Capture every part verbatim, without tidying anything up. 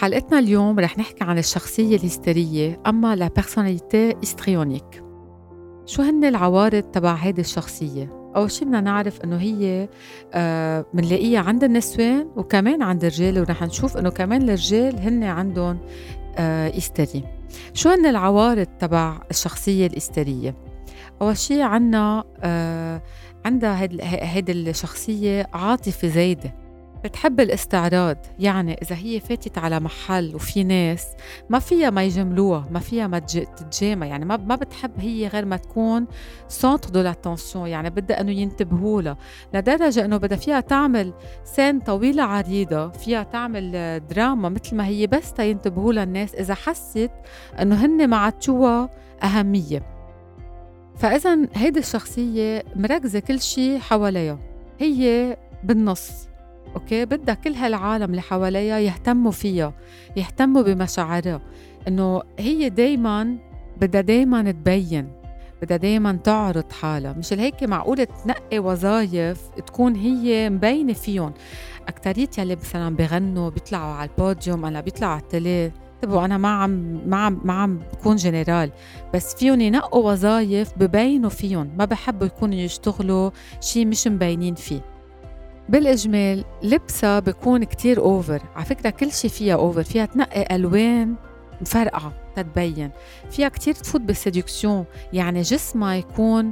بحلقتنا اليوم رح نحكي عن الشخصية الهستيرية أما لا بيرسوناليتي هيستريونيك. شو هن العوارض تبع هيدي الشخصية؟ أول شي بدنا نعرف إنه هي آه منلاقيها عند النسوان وكمان عند الرجال، ورح نشوف إنه كمان الرجال هن عندهم آه هستيري. شو هن العوارض تبع الشخصية الهستيرية؟ أول شي عنا آه عندها هيدي الشخصية عاطفة زايدة، بتحب الاستعراض. يعني إذا هي فاتت على محل وفي ناس ما فيها ما يجملوها، ما فيها ما تتجامل، يعني ما ما بتحب هي غير ما تكون سنتر دو لاتونسيون، يعني بدها انه ينتبهوا لها لدرجة انه بدها فيها تعمل سين طويلة عريضة، فيها تعمل دراما مثل ما هي بس تينتبهوا لها الناس إذا حست انه هن ما عطوها أهمية. فإذا هيدي الشخصية مركزة كل شي حواليها، هي بالنص. اوكي، بدها كل هالعالم اللي حواليها يهتموا فيها، يهتموا بمشاعرها، انه هي دايما بدها دايما تبين، بدها دايما تعرض حالها. مش هيك معقولة تنقي وظايف تكون هي مبينة فيهم. أكترية يلي مثلا بغنوا بيطلعوا على البوديوم، أنا بيطلعوا على التلي، تبقوا أنا ما عم ما عم ما عم بكون جنرال، بس فيهم ينقوا وظايف ببينوا فيهم، ما بحبوا يكونوا يشتغلوا شي مش مبينين فيه. بالإجمال لبسها بيكون كتير أوفر، على فكرة كل شي فيها أوفر، فيها تنقي ألوان مفرقعة تتبين، فيها كتير تفوت بالسيدكسيون، يعني جسمها يكون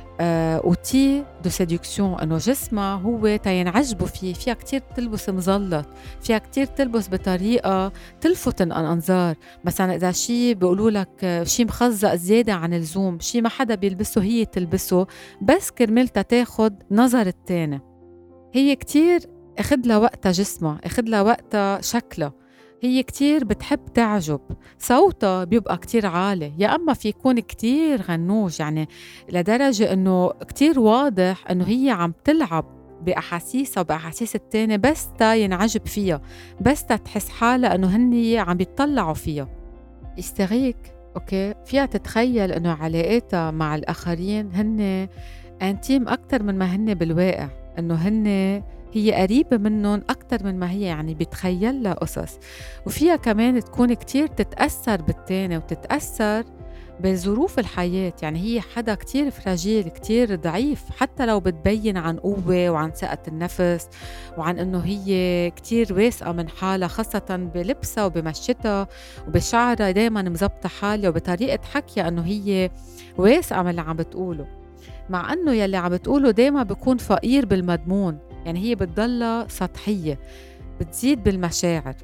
أوتي دو سيدكسيون، إنه جسمها هو تينعجبوا فيه، فيها كتير تلبس مزلط، فيها كتير تلبس بطريقة تلفت الأنظار. مثلا إذا شي بيقولوا لك شي مخزق زيادة عن اللزوم، شي ما حدا بيلبسه هي تلبسه بس كرمال تاخد نظر التاني. هي كتير اخد لها وقتها جسمها، اخد لها وقتها شكلها، هي كتير بتحب تعجب. صوتها بيبقى كتير عالي، يا أما في يكون كتير غنوش، يعني لدرجة انه كتير واضح انه هي عم تلعب بأحاسيسها وبأحاسيس التاني بس تا ينعجب فيها، بس تا تحس حالها انه هن عم بيطلعوا فيها. استغيك اوكي، فيها تتخيل انه علاقاتها مع الآخرين هن انتيم أكتر من ما هن بالواقع، انه هن هي قريبة منهم أكتر من ما هي، يعني بتخيل لها قصص. وفيها كمان تكون كتير تتأثر بالتاني وتتأثر بظروف الحياة، يعني هي حدا كتير فراجيل، كتير ضعيف، حتى لو بتبين عن قوة وعن ثقة النفس وعن انه هي كتير واثقة من حالها، خاصة بلبسها وبمشيتها وبشعرها دايما مزبطة حالها وبطريقة حكيها انه هي واثقة من اللي عم بتقوله، مع انه يلي عم بتقوله دايما بيكون فقير بالمضمون، يعني هي بتضلها سطحية، بتزيد بالمشاعر.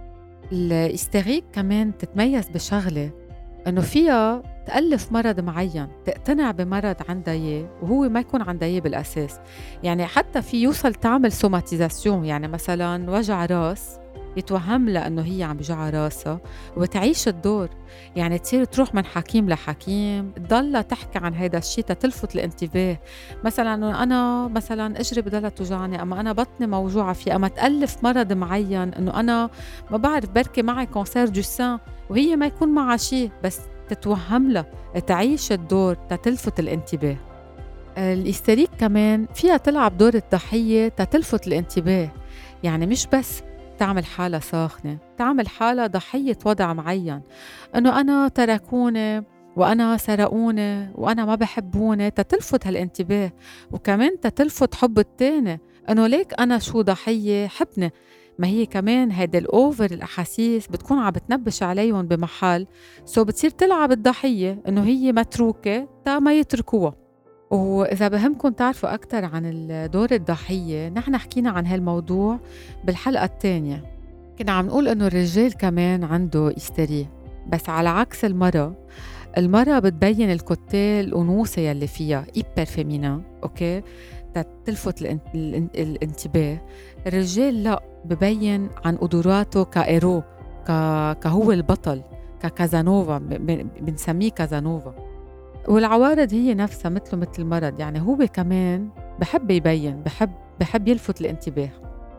الاستغيق كمان تتميز بشغلة انه فيها تألف مرض معين، تقتنع بمرض عندها اياه وهو ما يكون عندها اياه بالاساس. يعني حتى في يوصل تعمل سوماتيزاسيون، يعني مثلا وجع راس يتوهم لها انه هي عم بيوجعها راسها وتعيش الدور، يعني تصير تروح من حكيم لحكيم، تضلها تحكي عن هذا الشيء تلفت الانتباه. مثلا انه انا مثلا اجري بضلها توجعني، اما انا بطني موجوعه فيه، اما تالف مرض معين انه انا ما بعرف بركي معي كونسير دو سان وهي ما يكون معها شيء، بس تتوهم لها تعيش الدور تلفت الانتباه. الهستيريك كمان فيها تلعب دور الضحيه تلفت الانتباه، يعني مش بس تعمل حالة ساخنة، تعمل حالة ضحية وضع معين، انه انا تركوني وانا سرقوني وانا ما بحبوني، تتلفت هالانتباه. وكمان تتلفت حب التاني، انه ليك انا شو ضحية حبني. ما هي كمان هيدا الاوفر الاحاسيس بتكون عم بتنبش عليهم بمحل، سو بتصير تلعب الضحية انه هي متروكة تا ما يتركوها. وإذا بهمكن تعرفوا أكتر عن دور الضحية، نحن حكينا عن هالموضوع بالحلقة الثانية، كنا عم نقول إنه الرجال كمان عنده هستيري، بس على عكس المرأة. المرأة بتبين الكوتي الأنوثة يلي فيها إيبر فيمينا، أوكي، تلفت الان- الان- الانتباه. الرجال لا، ببين عن قدراته كإيرو، ك- كهو البطل، ككازانوفا، بنسميه كازانوفا. والعوارض هي نفسها مثله مثل المرض، يعني هو كمان بحب يبين، بحب بحب يلفت الانتباه،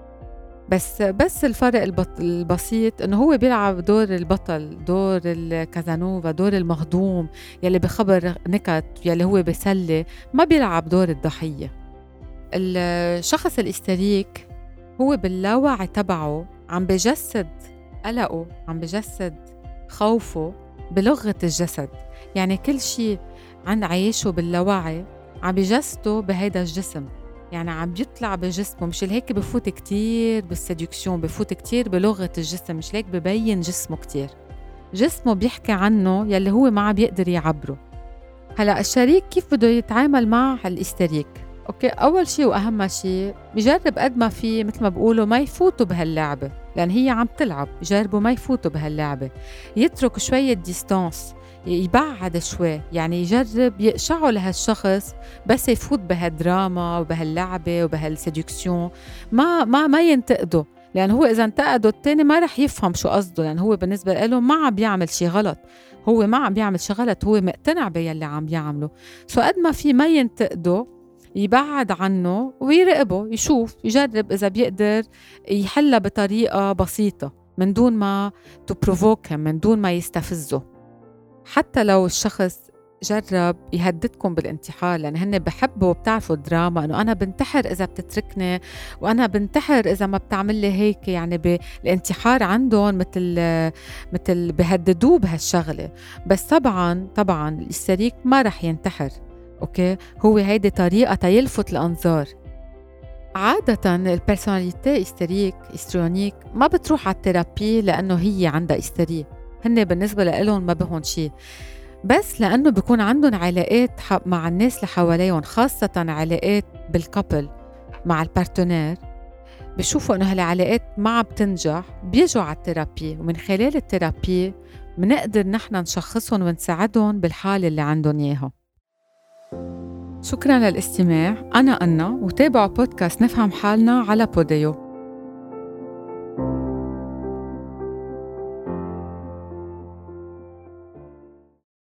بس بس الفرق البط البسيط انه هو بيلعب دور البطل، دور الكازانوفا، دور المهضوم يلي بخبر نكت، يلي هو بيسلي، ما بيلعب دور الضحية. الشخص الهستيريك هو باللاوعي تبعه عم بجسد قلقه عم بجسد خوفه بلغة الجسد. يعني كل شيء عن عايشه باللاوعي عم بجسده بهيدا الجسم، يعني عم بيطلع بجسمه. مش هيك بفوت كتير بالسيدكسيون، بفوت كتير بلغة الجسم، مش هيك ببين جسمه كتير. جسمه بيحكي عنه يلي هو ما عم بيقدر يعبره. هلأ الشريك كيف بده يتعامل مع الإستريك؟ أوكي، أول شيء وأهم شيء بجرب قد ما فيه مثل ما بقولوا ما يفوتوا بهاللعبة، لأن هي عم تلعب. يجربوا ما يفوتوا بهاللعبة، يترك شوية ديستانس، يبعد شوي، يعني يجرب يقشعوا لهالشخص بس يفوت بهالدراما وبهاللعبة وبهالسيدكسيون. ما ما ما ينتقده، لأن هو إذا انتقده التاني ما رح يفهم شو قصده، لأن هو بالنسبة له ما عم بيعمل شي غلط. هو ما عم بيعمل شي غلط، هو مقتنع باللي عم بيعمله. سو قد ما في ما ينتقده، يبعد عنه ويراقبه، يشوف، يجرب إذا بيقدر يحلها بطريقة بسيطة من دون ما تبروفوك، من دون ما يستفزه. حتى لو الشخص جرب يهددكم بالانتحار، لأن هن بحبوا، بتعرفوا الدراما، أنه أنا بنتحر إذا بتتركني، وأنا بنتحر إذا ما بتعمل لي هيك. يعني بالانتحار عندهم مثل مثل بهددوه بهالشغلة. بس طبعا طبعا الإستريك ما رح ينتحر. أوكي، هو هيدي طريقة تيلفت الأنظار. عادة البرسوناليتي استريك استرونيك ما بتروح على الثيرابي لأنه هي عندها استري، هن بالنسبة لهم ما بهون شيء، بس لأنه بيكون عندهم علاقات مع الناس اللي حواليهم، خاصة علاقات بالكابل مع البارتنير. بيشوفوا إنه هالعلاقات ما عم بتنجح، بيجوا على الثيرابي، ومن خلال الثيرابي منقدر نحن نشخصهم ونساعدهم بالحالة اللي عندهم إياها. شكراً للاستماع. أنا أنا وتابعوا بودكاست نفهم حالنا على بوديو.